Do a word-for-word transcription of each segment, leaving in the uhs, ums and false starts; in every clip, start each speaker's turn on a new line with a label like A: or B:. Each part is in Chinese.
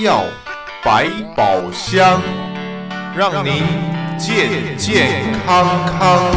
A: 药，百宝箱，让您健健康康。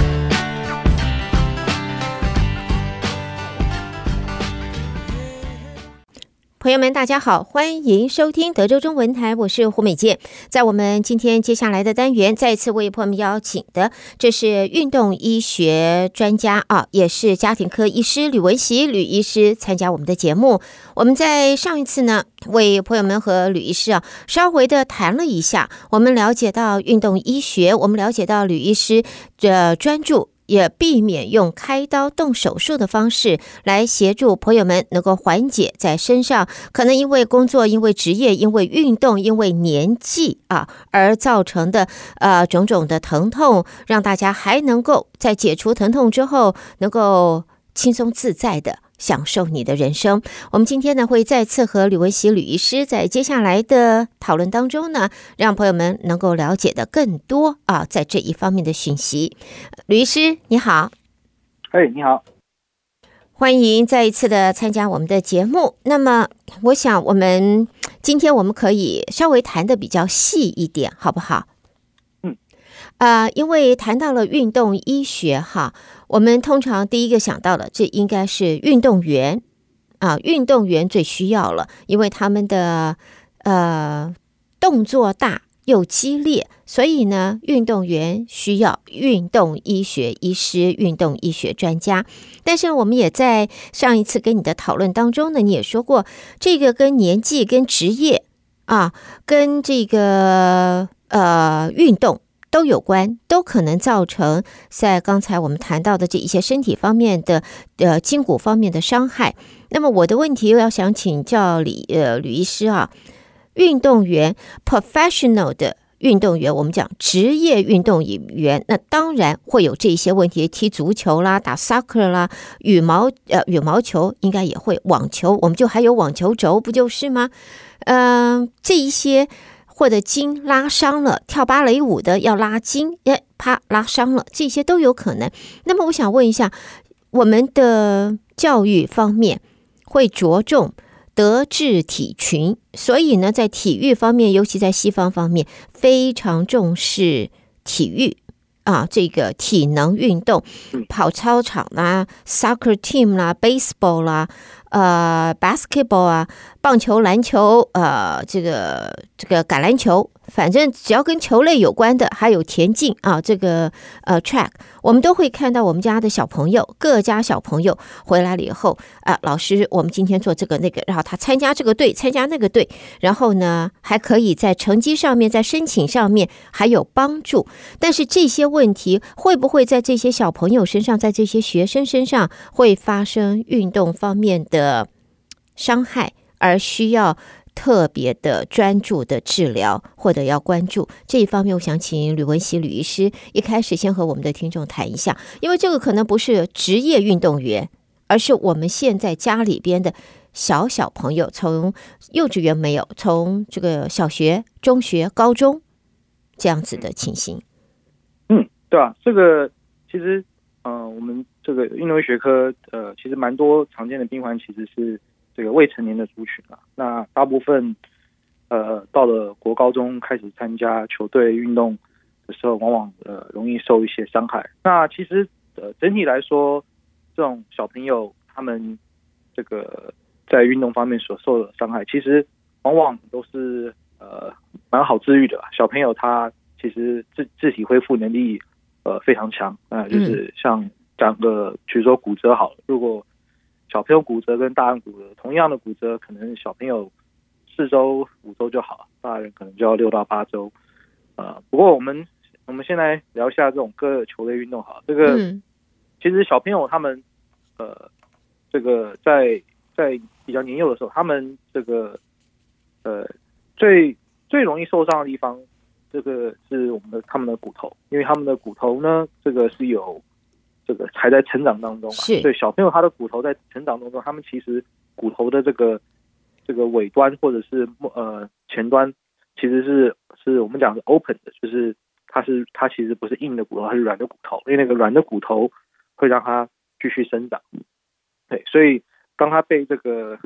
B: 朋友们大家好，欢迎收听德州中文台，我是胡美健。在我们今天接下来的单元，再次为朋友们邀请的，这是运动医学专家啊，也是家庭科医师吕文喜吕医师参加我们的节目。我们在上一次呢，为朋友们和吕医师啊稍微的谈了一下，我们了解到运动医学，我们了解到吕医师的专注，也避免用开刀动手术的方式来协助朋友们能够缓解在身上可能因为工作、因为职业、因为运动、因为年纪啊而造成的呃种种的疼痛，让大家还能够在解除疼痛之后能够轻松自在的享受你的人生。我们今天呢会再次和吕文喜吕医师在接下来的讨论当中呢，让朋友们能够了解的更多啊，在这一方面的讯息。吕医师你好。
C: 哎，你好，
B: 欢迎再一次的参加我们的节目。那么我想我们今天我们可以稍微谈的比较细一点，好不好？
C: 嗯，
B: 呃，因为谈到了运动医学哈，我们通常第一个想到的，这应该是运动员啊，运动员最需要了，因为他们的呃动作大又激烈，所以呢，运动员需要运动医学医师、运动医学专家。但是我们也在上一次跟你的讨论当中呢，你也说过，这个跟年纪、跟职业啊，跟这个呃运动都有关，都可能造成在刚才我们谈到的这一些身体方面的呃筋骨方面的伤害。那么我的问题又要想请教李呃吕医师啊，运动员 professional 的运动员，我们讲职业运动员，那当然会有这些问题，踢足球啦、打 soccer 啦、羽毛呃羽毛球应该也会，网球我们就还有网球肘，不就是吗？嗯、呃，这一些或者筋拉伤了，跳芭蕾舞的要拉筋，哎，啪拉伤了，这些都有可能。那么我想问一下，我们的教育方面会着重德智体群，所以呢，在体育方面，尤其在西方方面，非常重视体育啊，这个体能运动，跑操场啦、soccer team 啦、baseball 啦、呃 basketball 啊、棒球、篮球、呃这个这个橄榄球，反正只要跟球类有关的，还有田径啊，这个呃 track， 我们都会看到我们家的小朋友，各家小朋友回来了以后啊，老师我们今天做这个那个，然后他参加这个队，参加那个队，然后呢还可以在成绩上面，在申请上面还有帮助。但是这些问题会不会在这些小朋友身上，在这些学生身上会发生运动方面的伤害，而需要特别的专注的治疗，或者要关注这一方面？我想请吕文喜吕医师一开始先和我们的听众谈一下，因为这个可能不是职业运动员，而是我们现在家里边的小小朋友，从幼稚园没有，从这个小学、中学、高中这样子的情形。
C: 嗯，对啊，这个其实呃，我们这个运动医学科呃，其实蛮多常见的病患其实是这个未成年的族群啊。那大部分呃到了国高中开始参加球队运动的时候，往往呃容易受一些伤害。那其实呃整体来说，这种小朋友他们这个在运动方面所受的伤害，其实往往都是呃蛮好治愈的。小朋友他其实自自体恢复能力呃非常强，那、呃、就是像讲个，比如说骨折好了，如果小朋友骨折跟大人骨折，同样的骨折，可能小朋友四周五周就好，大人可能就要六到八周。呃，不过我们我们现在聊一下这种各球类运动好，这个、嗯、其实小朋友他们呃这个在在比较年幼的时候，他们这个呃最最容易受伤的地方。这个是我们的他们的骨头，因为他们的骨头呢，这个是有这个还在成长当中嘛，所以小朋友他的骨头在成长当中，他们其实骨头的这个这个尾端或者是呃前端，其实是是我们讲是 open 的，就是它是它其实不是硬的骨头，它是软的骨头，因为那个软的骨头会让它继续生长。对，所以当它被这个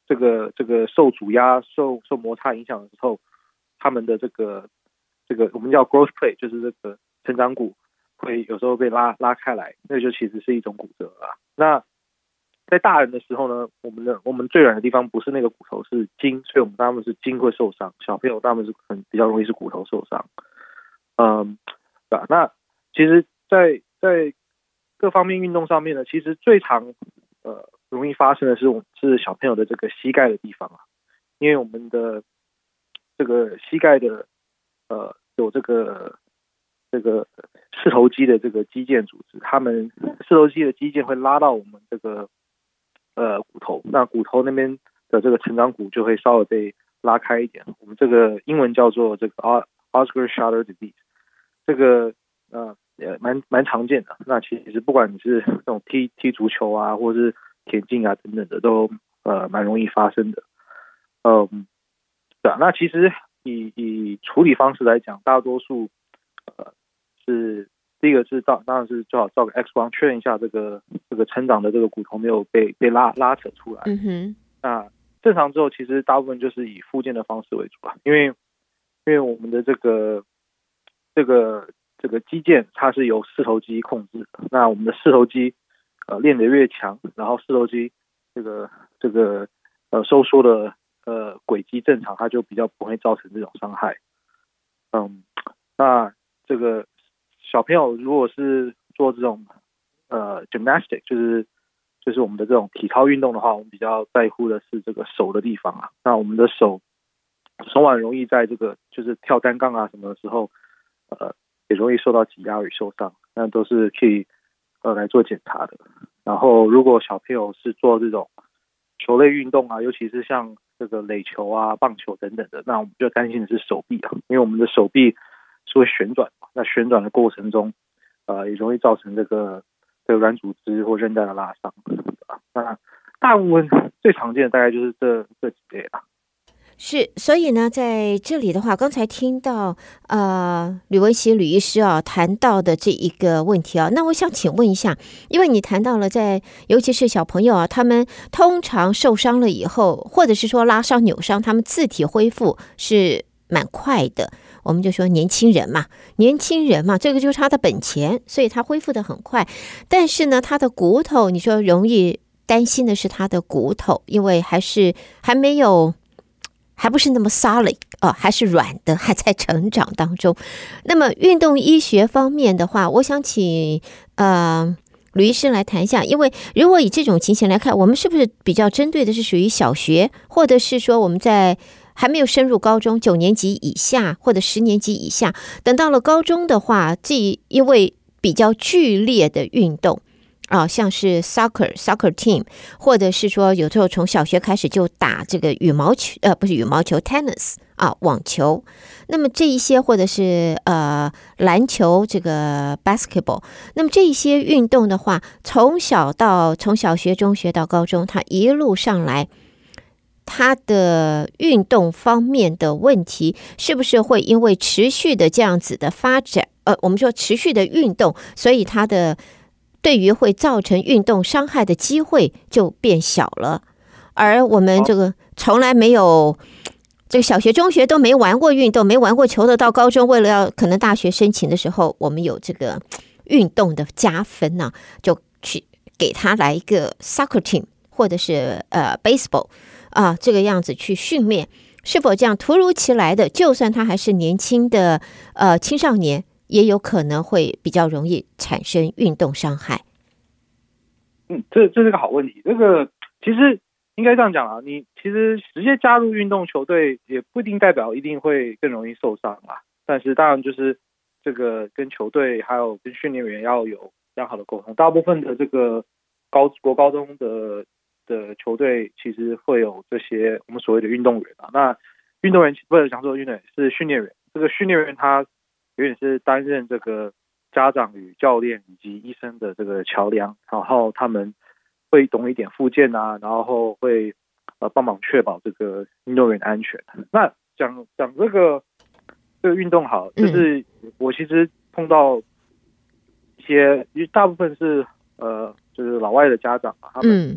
C: 这个这个受阻压、受受摩擦影响的时候，他们的这个这个我们叫 growth plate， 就是这个成长骨会有时候被拉拉开来，那就其实是一种骨折啊。那在大人的时候呢，我们的我们最软的地方不是那个骨头，是筋，所以我们大部分是筋会受伤。小朋友大部分是很比较容易是骨头受伤。嗯，对吧？那其实在，在在各方面运动上面呢，其实最常呃容易发生的是我们是小朋友的这个膝盖的地方啊，因为我们的这个膝盖的呃有这个这个四头肌的这个肌腱组织，他们四头肌的肌腱会拉到我们这个呃骨头，那骨头那边的这个成长骨就会稍微被拉开一点。我们这个英文叫做这个 Osgood Schroeder disease， 这个呃也蛮蛮常见的。那其实不管你是这种踢踢足球啊，或是田径啊等等的，都呃蛮容易发生的。嗯，对啊。那其实以以处理方式来讲，大多数呃是第一个是照，当然是最好照个 X 光确认一下这个这个成长的这个骨头没有被被拉拉扯出来。
B: 嗯哼。
C: 那正常之后，其实大部分就是以复健的方式为主啊，因为因为我们的这个这个这个肌腱它是由四头肌控制的，那我们的四头肌呃练得越强，然后四头肌这个这个呃收缩的呃轨迹正常，它就比较不会造成这种伤害。嗯，那这个小朋友如果是做这种呃 gymnastic， 就是就是我们的这种体操运动的话，我们比较在乎的是这个手的地方啊。那我们的手手腕容易在这个就是跳单杠啊什么的时候，呃，也容易受到挤压与受伤，那都是可以呃来做检查的。然后如果小朋友是做这种球类运动啊，尤其是像这个垒球啊、棒球等等的，那我们就担心的是手臂啊，因为我们的手臂是会旋转嘛，那旋转的过程中，呃，也容易造成这个这个软组织或韧带的拉伤，啊。那大部分最常见的大概就是这这几类啦。
B: 是，所以呢，在这里的话，刚才听到呃吕文喜吕医师啊谈到的这一个问题啊，那我想请问一下，因为你谈到了在尤其是小朋友啊，他们通常受伤了以后，或者是说拉伤扭伤，他们自体恢复是蛮快的。我们就说年轻人嘛，年轻人嘛，这个就是他的本钱，所以他恢复的很快。但是呢，他的骨头，你说容易担心的是他的骨头，因为还是还没有。还不是那么 solid 哦，还是软的，还在成长当中。那么运动医学方面的话，我想请呃吕医师来谈一下，因为如果以这种情形来看，我们是不是比较针对的是属于小学，或者是说我们在还没有升入高中九年级以下或者十年级以下，等到了高中的话，这因为比较剧烈的运动。啊，像是 soccer soccer team， 或者是说有时候从小学开始就打这个羽毛球，呃，不是羽毛球 tennis 啊，网球。那么这一些或者是呃篮球这个 basketball， 那么这一些运动的话，从小到从小学、中学到高中，它一路上来，它的运动方面的问题，是不是会因为持续的这样子的发展，呃，我们说持续的运动，所以它的对于会造成运动伤害的机会就变小了，而我们这个从来没有这个小学、中学都没玩过运动、没玩过球的，到高中为了要可能大学申请的时候，我们有这个运动的加分呢、啊，就去给他来一个 soccer team 或者是呃 baseball 啊这个样子去训练，是否这样突如其来的，就算他还是年轻的呃青少年。也有可能会比较容易产生运动伤害。
C: 嗯，这这是个好问题。这个其实应该这样讲啊，你其实直接加入运动球队也不一定代表一定会更容易受伤啦。但是当然就是这个跟球队还有跟训练员要有良好的沟通。大部分的这个高国高中的的球队其实会有这些我们所谓的运动员啊。那运动员不是讲说运动员是训练员，这个训练员他有点是担任这个家长与教练以及医生的这个桥梁，然后他们会懂一点复健啊，然后会呃帮忙确保这个运动员的安全。那讲讲这个这个运动好，就是我其实碰到一些，大部分是呃就是老外的家长啊，他们呃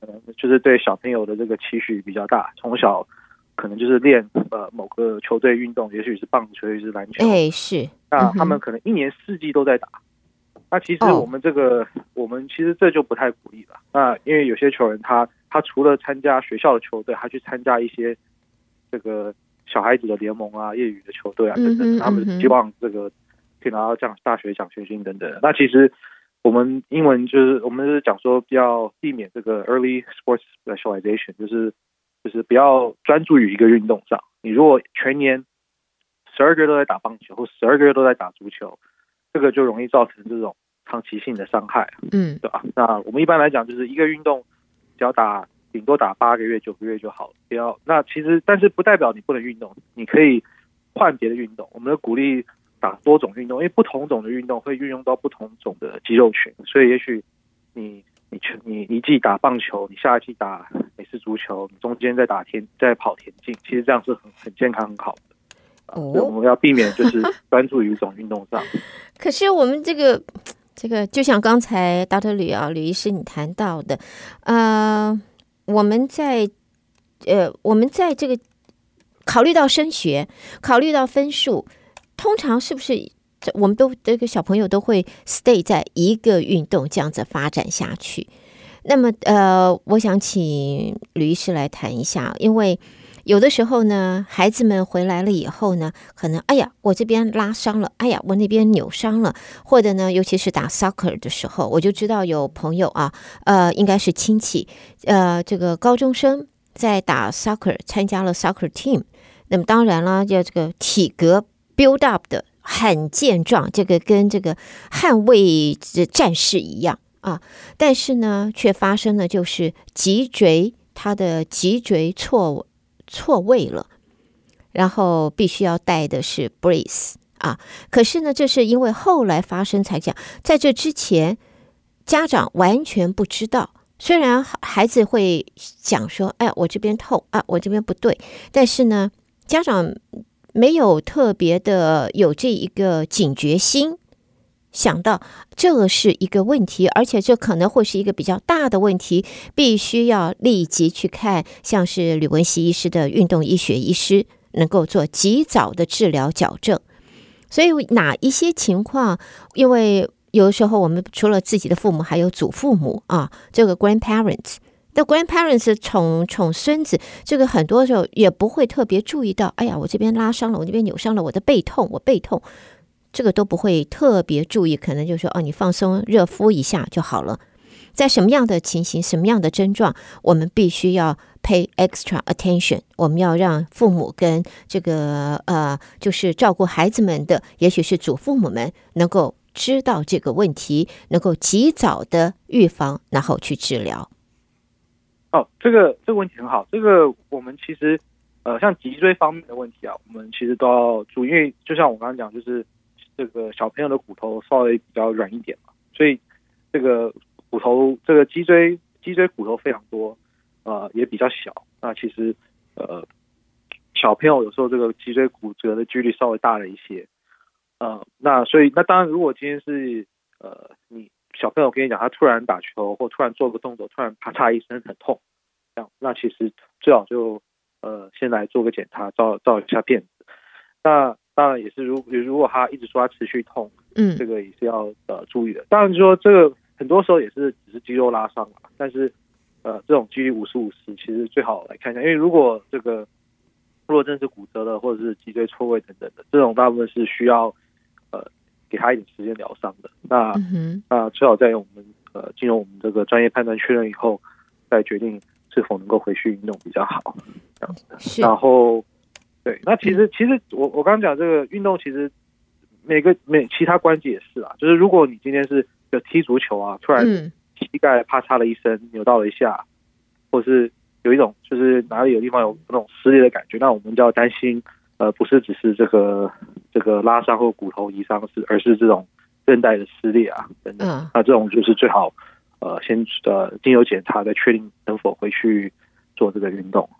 C: 能就是对小朋友的这个期许比较大，从小可能就是练呃某个球队运动，也许是棒球，也许是篮球，
B: 哎，是，
C: 那他们可能一年四季都在打。那其实我们这个，哦、我们其实这就不太鼓励了。那因为有些球员他他除了参加学校的球队，他去参加一些这个小孩子的联盟啊、业余的球队啊等等，他们希望这个可以拿到这样大学奖学金等等。那其实我们英文就是我们是讲说要避免这个 early sports specialization， 就是就是不要专注于一个运动上。你如果全年十二个月都在打棒球，或十二个月都在打足球，这个就容易造成这种长期性的伤害，嗯，对吧？那我们一般来讲，就是一个运动只要打顶多打八个月、九个月就好了，不要。那其实，但是不代表你不能运动，你可以换别的运动。我们鼓励打多种运动，因为不同种的运动会运用到不同种的肌肉群，所以也许你你你你一季打棒球，你下一季打美式足球，你中间再打田再跑田径，其实这样是很很健康很好的。哦、所以我们要避免就是专注于一种运动上。
B: 可是我们这个这个，就像刚才 Doctor 吕啊吕医师你谈到的，呃，我们在呃我们在这个考虑到升学，考虑到分数，通常是不是我们都这个小朋友都会 stay 在一个运动这样子发展下去？那么呃，我想请吕医师来谈一下，因为有的时候呢，孩子们回来了以后呢，可能哎呀，我这边拉伤了，哎呀，我那边扭伤了，或者呢，尤其是打 soccer 的时候，我就知道有朋友啊，呃，应该是亲戚，呃，这个高中生在打 soccer， 参加了 soccer team， 那么当然了，要这个体格 build up 的很健壮，这个跟这个捍卫战士一样啊，但是呢，却发生了就是脊椎，他的脊椎错错位了，然后必须要戴的是 brace 啊。可是呢，这是因为后来发生才讲，在这之前，家长完全不知道。虽然孩子会讲说：“哎，我这边痛啊，我这边不对。”但是呢，家长没有特别的有这一个警觉心。想到这个是一个问题，而且这可能会是一个比较大的问题，必须要立即去看像是吕文熙医师的运动医学医师，能够做及早的治疗矫正。所以哪一些情况，因为有的时候我们除了自己的父母，还有祖父母啊，这个 grandparents， 那 grandparents 宠宠孙子，这个很多时候也不会特别注意到，哎呀，我这边拉伤了，我这边扭伤了，我的背痛，我背痛。这个都不会特别注意，可能就说哦，你放松热敷一下就好了。在什么样的情形、什么样的症状，我们必须要 pay extra attention。我们要让父母跟这个呃，就是照顾孩子们的，也许是祖父母们，能够知道这个问题，能够及早的预防，然后去治疗。
C: 哦，这个这个问题很好。这个我们其实呃，像脊椎方面的问题啊，我们其实都要注意，因为就像我刚刚讲，就是这个小朋友的骨头稍微比较软一点嘛，所以这个骨头这个脊椎脊椎骨头非常多，呃，也比较小。那其实呃，小朋友有时候这个脊椎骨折的几率稍微大了一些。呃，那所以那当然，如果今天是呃，你小朋友跟你讲，他突然打球或突然做个动作，突然啪嚓一声很痛，这样，那其实最好就呃先来做个检查，照照一下片子。那当然也是如，如如果他一直说他持续痛，嗯，这个也是要呃注意的。当然说这个很多时候也是只是肌肉拉伤嘛，但是呃这种几率五十五十，其实最好来看一下，因为如果这个如果真是骨折了或者是脊椎错位等等的，这种大部分是需要呃给他一点时间疗伤的。那、嗯、那最好在我们呃进入我们这个专业判断确认以后，再决定是否能够回去运动比较好，这样子。然后。对，那其实其实我我刚刚讲这个运动，其实每个每其他关节也是啊，就是如果你今天是有踢足球啊，突然膝盖啪嚓了一声，扭到了一下，或是有一种就是哪里有地方有那种撕裂的感觉，那我们就要担心，呃，不是只是这个这个拉伤或骨头移伤，是而是这种韧带的撕裂啊等等。嗯、那这种就是最好呃先呃经由检查再确定能否回去做这个运动。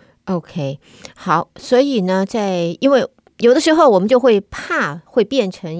B: OK， 好，所以呢，在因为有的时候我们就会怕会变成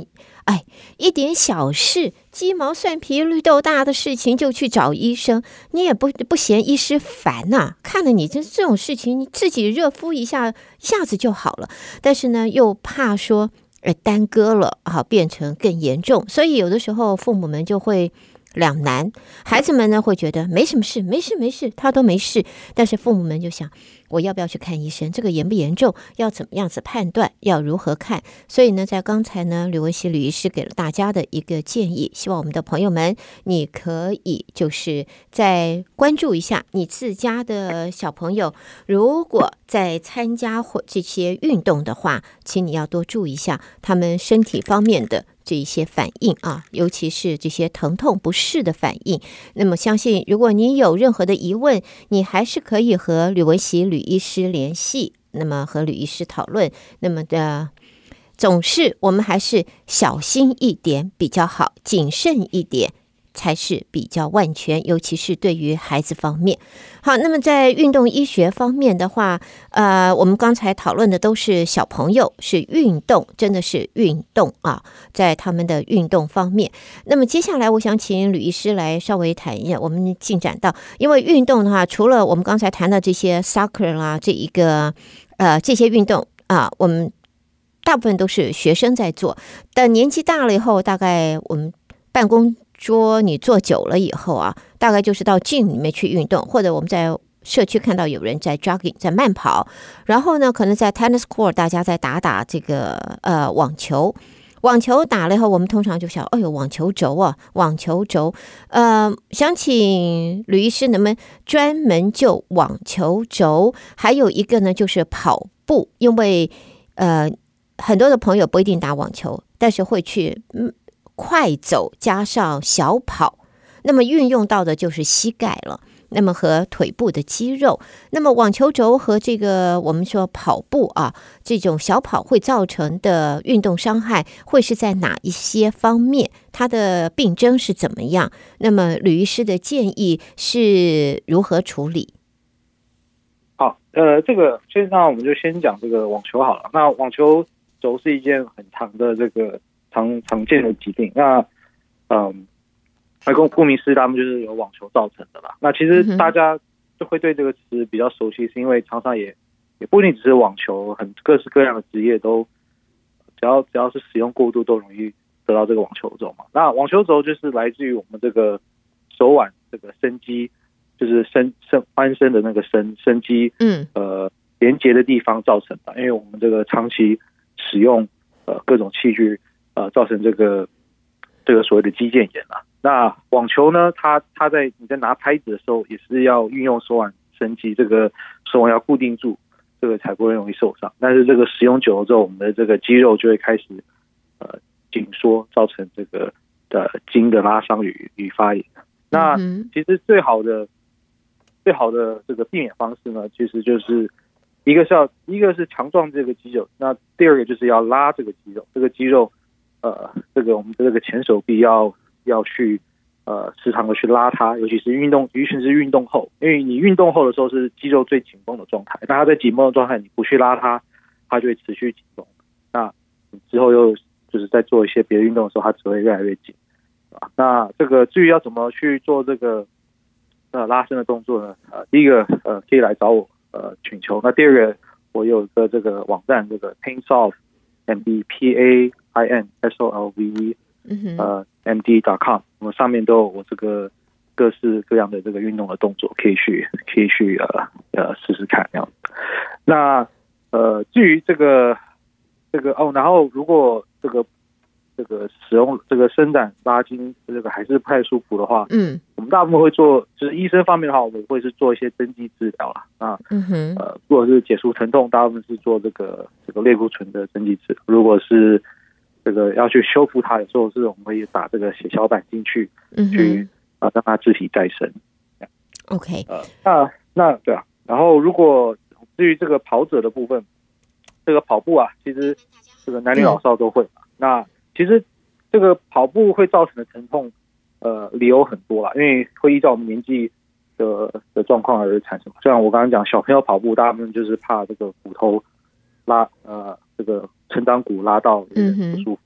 B: 哎，一点小事，鸡毛蒜皮、绿豆大的事情就去找医生，你也不不嫌医师烦呐、啊？看了你这这种事情，你自己热敷一下，一下子就好了。但是呢，又怕说呃耽搁了，好变成更严重，所以有的时候父母们就会两难，孩子们呢会觉得没什么事，没事没事，他都没事，但是父母们就想，我要不要去看医生？这个严不严重？要怎么样子判断？要如何看？所以呢，在刚才呢，吕文熙吕医师给了大家的一个建议，希望我们的朋友们，你可以就是再关注一下你自家的小朋友，如果在参加或这些运动的话，请你要多注意一下他们身体方面的这一些反应啊，尤其是这些疼痛不适的反应。那么相信如果你有任何的疑问，你还是可以和吕文熙吕医师联系，那么和吕医师讨论。那么的总是我们还是小心一点比较好，谨慎一点才是比较万全，尤其是对于孩子方面。好，那么在运动医学方面的话，呃，我们刚才讨论的都是小朋友，是运动，真的是运动啊，在他们的运动方面。那么接下来我想请吕医师来稍微谈一下，我们进展到，因为运动的话，除了我们刚才谈的这些 soccer 啦，这一个呃这些运动啊，我们大部分都是学生在做，但年纪大了以后，大概我们办公桌你坐久了以后啊，大概就是到 gym 里面去运动，或者我们在社区看到有人在 jogging 在慢跑，然后呢可能在 tennis court 大家在打打这个呃网球，网球打了以后，我们通常就想，哎呦网球肘啊，网球肘，呃，想请吕医师能不能专门就网球肘，还有一个呢就是跑步，因为呃很多的朋友不一定打网球，但是会去嗯。快走加上小跑，那么运用到的就是膝盖了，那么和腿部的肌肉。那么网球肘和这个我们说跑步啊，这种小跑会造成的运动伤害会是在哪一些方面？它的病症是怎么样？那么吕医师的建议是如何处理？
C: 好，呃，这个先那我们就先讲这个网球好了。那网球肘是一件很长的这个。常常见的疾病，那嗯，那顾顾名思义，他们就是由网球造成的啦。那其实大家就会对这个词比较熟悉，是因为常常也也不一定只是网球，很各式各样的职业都只要只要是使用过度，都容易得到这个网球肘嘛。那网球肘就是来自于我们这个手腕这个伸肌，就是伸伸髋伸的那个伸伸肌，嗯，呃，连接的地方造成的。因为我们这个长期使用呃各种器具。呃，造成这个这个所谓的肌腱炎啊。那网球呢，它它在你在拿拍子的时候，也是要运用手腕伸肌，这个手腕要固定住，这个才不会容易受伤。但是这个使用久了之后，我们的这个肌肉就会开始呃紧缩，造成这个的筋的拉伤与与发炎。那其实最好的最好的这个避免方式呢，其实就是一个是要一个是强壮这个肌肉，那第二个就是要拉这个肌肉，这个肌肉。呃，这个我们的这个前手臂要要去呃时常的去拉它，尤其是运动，尤其是运动后，因为你运动后的时候是肌肉最紧绷的状态，那它在紧绷的状态，你不去拉它，它就会持续紧绷。那你之后又就是在做一些别的运动的时候，它只会越来越紧啊。那这个至于要怎么去做这个呃拉伸的动作呢？呃，第一个呃可以来找我呃请求，那第二个我有一个这个网站，这个 painsolve，M D P A I N S O L V E 呃 M D dot com， 我们上面都有我这个各式各样的这个运动的动作，可以去可以去呃呃试试看这样。那呃至于这个这个哦，然后如果这个这个使用这个伸展拉筋这个还是不太舒服的话，嗯，我们大部分会做，就是医生方面的话，我们会是做一些增肌治疗啦。啊，嗯哼，呃，如果是解除疼痛，大部分是做这个这个类固醇的增肌治疗。如果是这个要去修复它，有时候是我们会打这个血小板进去，嗯、去啊、呃、让它自体再生。
B: OK，
C: 呃，那那对啊，然后如果至于这个跑者的部分，这个跑步啊，其实这个男女老少都会嘛。嗯、那其实这个跑步会造成的疼痛，呃，理由很多啦，因为会依照我们年纪的的状况而产生。虽然我刚刚讲小朋友跑步，大部分就是怕这个骨头拉呃这个成长骨拉到有点不舒服。嗯、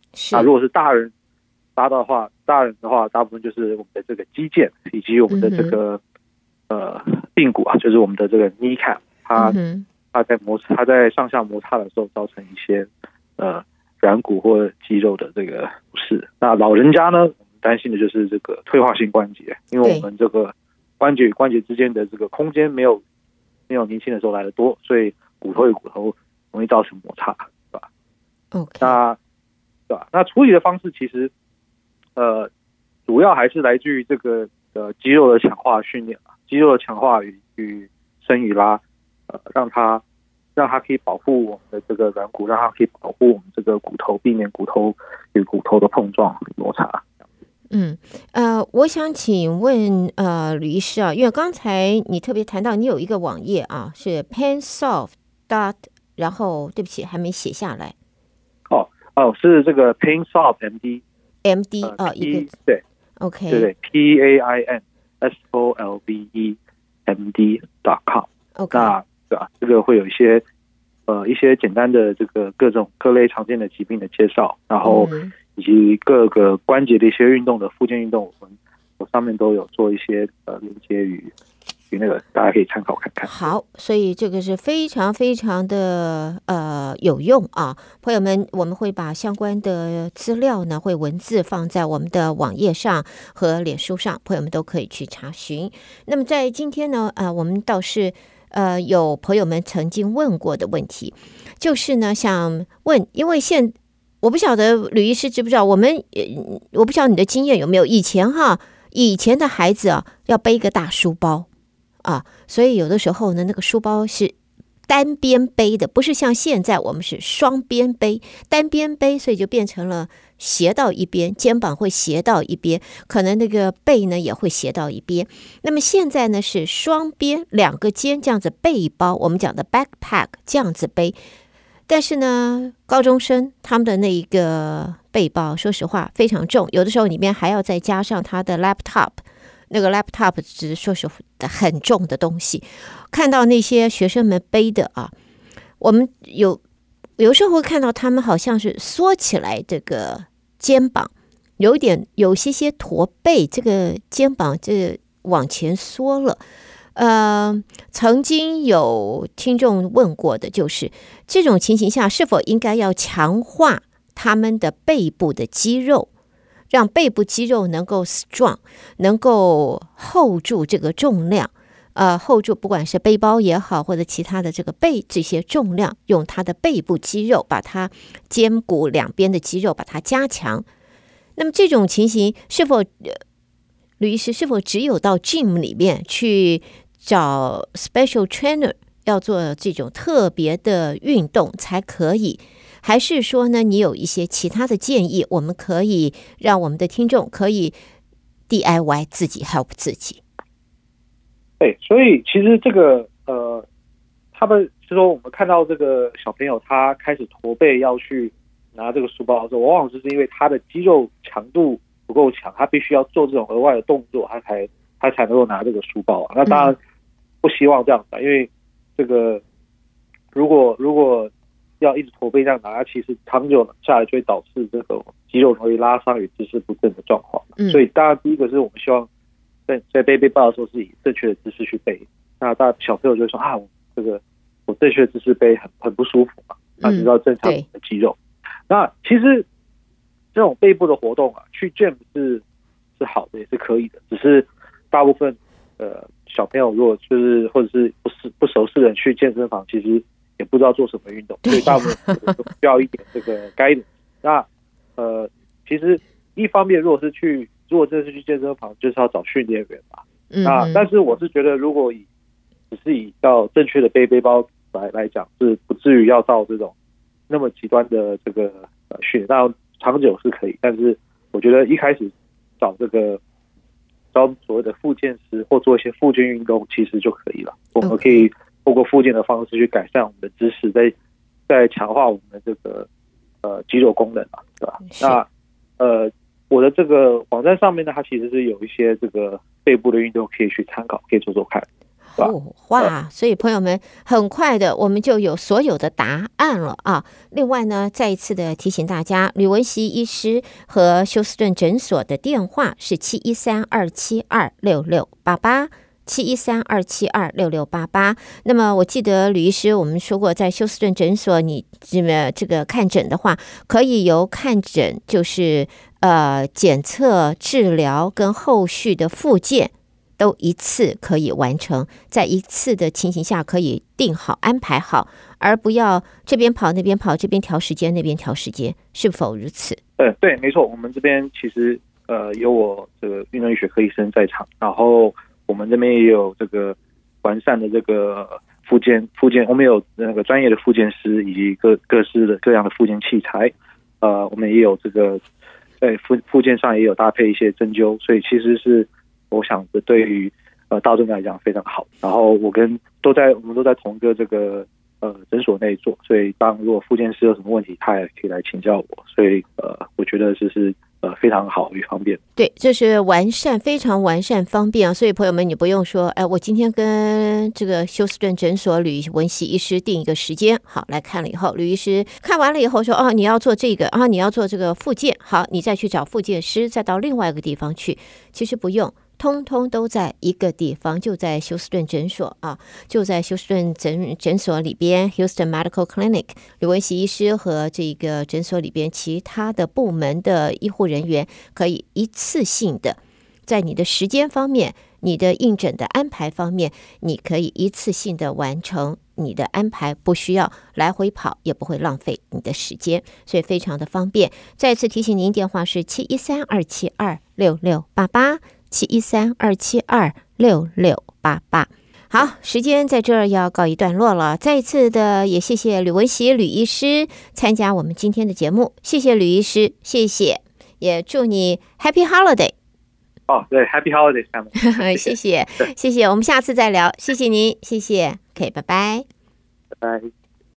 B: 是
C: 那如果是大人拉到的话，大人的话大部分就是我们的这个肌腱以及我们的这个、嗯、呃髌骨啊，就是我们的这个 kneecap， 它、嗯、它在摩擦，它在上下摩擦的时候造成一些呃软骨或肌肉的这个不适。那老人家呢，我们担心的就是这个退化性关节，因为我们这个关节与关节之间的这个空间没有没有年轻的时候来的多，所以骨头与骨头容易造成摩擦，对吧
B: ？OK，
C: 那对吧？那处理的方式其实。呃，主要还是来自于这个呃肌肉的强化训练啊，肌肉的强化与与伸与拉，呃，让它让它可以保护我们的这个软骨，让它可以保护我们这个骨头，避免骨头与骨头的碰撞摩擦。
B: 嗯，呃，我想请问呃吕医师啊，因为刚才你特别谈到你有一个网页啊，是 painsoft dot， 然后对不起还没写下来。
C: 哦哦，是这个 painsoft M D。M
B: D 啊、呃，一个
C: 对
B: ，OK，
C: 对对 ，P A I N S O L V E M D dot com。OK， 那对吧？这个会有一些呃一些简单的这个各种各类常见的疾病的介绍，然后以及各个关节的一些运动的复健运动，我们我上面都有做一些呃连接与。那个大家可以参考看看。
B: 好，所以这个是非常非常的呃有用啊，朋友们，我们会把相关的资料呢，会文字放在我们的网页上和脸书上，朋友们都可以去查询。那么在今天呢，啊、呃，我们倒是呃有朋友们曾经问过的问题，就是呢想问，因为现我不晓得吕医师知不知道，我们我不晓得你的经验有没有，以前哈，以前的孩子啊要背一个大书包。啊，所以有的时候呢，那个书包是单边背的，不是像现在我们是双边背，单边背，所以就变成了斜到一边，肩膀会斜到一边，可能那个背呢也会斜到一边。那么现在呢是双边，两个肩这样子背包，我们讲的 backpack 这样子背。但是呢，高中生他们的那一个背包，说实话非常重，有的时候里面还要再加上他的 laptop。那个 laptop 只是说是很重的东西，看到那些学生们背的啊，我们有有时候会看到他们好像是缩起来这个肩膀，有一点有些些驼背，这个肩膀这往前缩了。呃，曾经有听众问过的就是这种情形下是否应该要强化他们的背部的肌肉，让背部肌肉能够 strong， 能够 hold 住这个重量，呃 hold 住不管是背包也好，或者其他的这个背这些重量，用它的背部肌肉把它肩骨两边的肌肉把它加强。那么这种情形是否吕医师是否只有到 gym 里面去找 special trainer 要做这种特别的运动才可以？还是说呢，你有一些其他的建议，我们可以让我们的听众可以 D I Y 自己 help 自己？
C: 对，所以其实这个呃，他们是说我们看到这个小朋友他开始驼背要去拿这个书包的时候，往往就是因为他的肌肉强度不够强，他必须要做这种额外的动作，他才他才能够拿这个书包啊。那当然不希望这样子、啊，因为这个如果如果要一直驼背这样拿，其实长久下来就会导致这个肌肉容易拉伤与姿势不正的状况。嗯、所以当然第一个是我们希望在在背背包的时候是以正确的姿势去背。那大小朋友就会说啊，我这个我正确的姿势背很很不舒服嘛，那就要正常的肌肉。嗯、那其实这种背部的活动啊，去 gym 是是好的，也是可以的，只是大部分呃小朋友如果就是或者是不是不熟悉的人去健身房，其实也不知道做什么运动，所以大部分都需要一点这个 guidance。那呃，其实一方面，如果是去，如果真的是去健身房，就是要找训练员嘛。嗯、那但是我是觉得，如果以只是以到正确的背背包来来讲，是不至于要到这种那么极端的这个呃训练。那长久是可以，但是我觉得一开始找这个找所谓的复健师或做一些复健运动，其实就可以了。我们可以透过复健的方式去改善我们的姿势，再再强化我们的这个呃肌肉功能啊，对吧？那呃我的这个网站上面呢，它其实是有一些这个背部的运动可以去参考，可以做做看。
B: 哦，哇！所以朋友们，很快的我们就有所有的答案了啊。另外呢，再一次的提醒大家，吕文熙医师和休斯顿诊所的电话是七一三二七二六六八八。七一三二七二六六八八。那么我记得吕医师我们说过，在休斯顿诊所你这么这个看诊的话，可以由看诊就是呃检测、治疗跟后续的复健都一次可以完成，在一次的情形下可以定好安排好，而不要这边跑那边跑，这边调时间那边调时间，是否如此？
C: 呃，对，没错，我们这边其实呃有我这个运动医学科医生在场，然后我们这边也有这个完善的这个复健复健，我们有那个专业的复健师以及各各式的各样的复健器材，呃，我们也有这个在复复健上也有搭配一些针灸，所以其实是我想的对于呃大众来讲非常好。然后我跟都在我们都在同一个这个呃诊所内做，所以当如果复健师有什么问题，他也可以来请教我，所以呃我觉得这是呃非常好与方便。
B: 对，这是完善，非常完善方便啊！所以朋友们，你不用说，哎，我今天跟这个休斯顿诊所吕文熙医师定一个时间，好，来看了以后，吕医师看完了以后说，哦，你要做这个啊，你要做这个复健，好，你再去找复健师，再到另外一个地方去，其实不用。通通都在一个地方，就在休斯顿诊所啊，就在休斯顿诊诊所里边 ，Houston Medical Clinic， 吕文熙医师和这个诊所里边其他的部门的医护人员可以一次性的，在你的时间方面、你的应诊的安排方面，你可以一次性的完成你的安排，不需要来回跑，也不会浪费你的时间，所以非常的方便。再次提醒您，电话是七一三二七二六六八八。七一三二七二六六八八。好，时间在这儿要告一段落了。再一次的也谢谢吕文熙吕医师参加我们今天的节目，谢谢吕医师，谢谢，也祝你 Happy Holiday。
C: 哦，对 ，Happy Holiday，
B: 谢谢，谢谢，我们下次再聊，谢谢您，谢谢 ，OK， 拜拜，
C: 拜拜。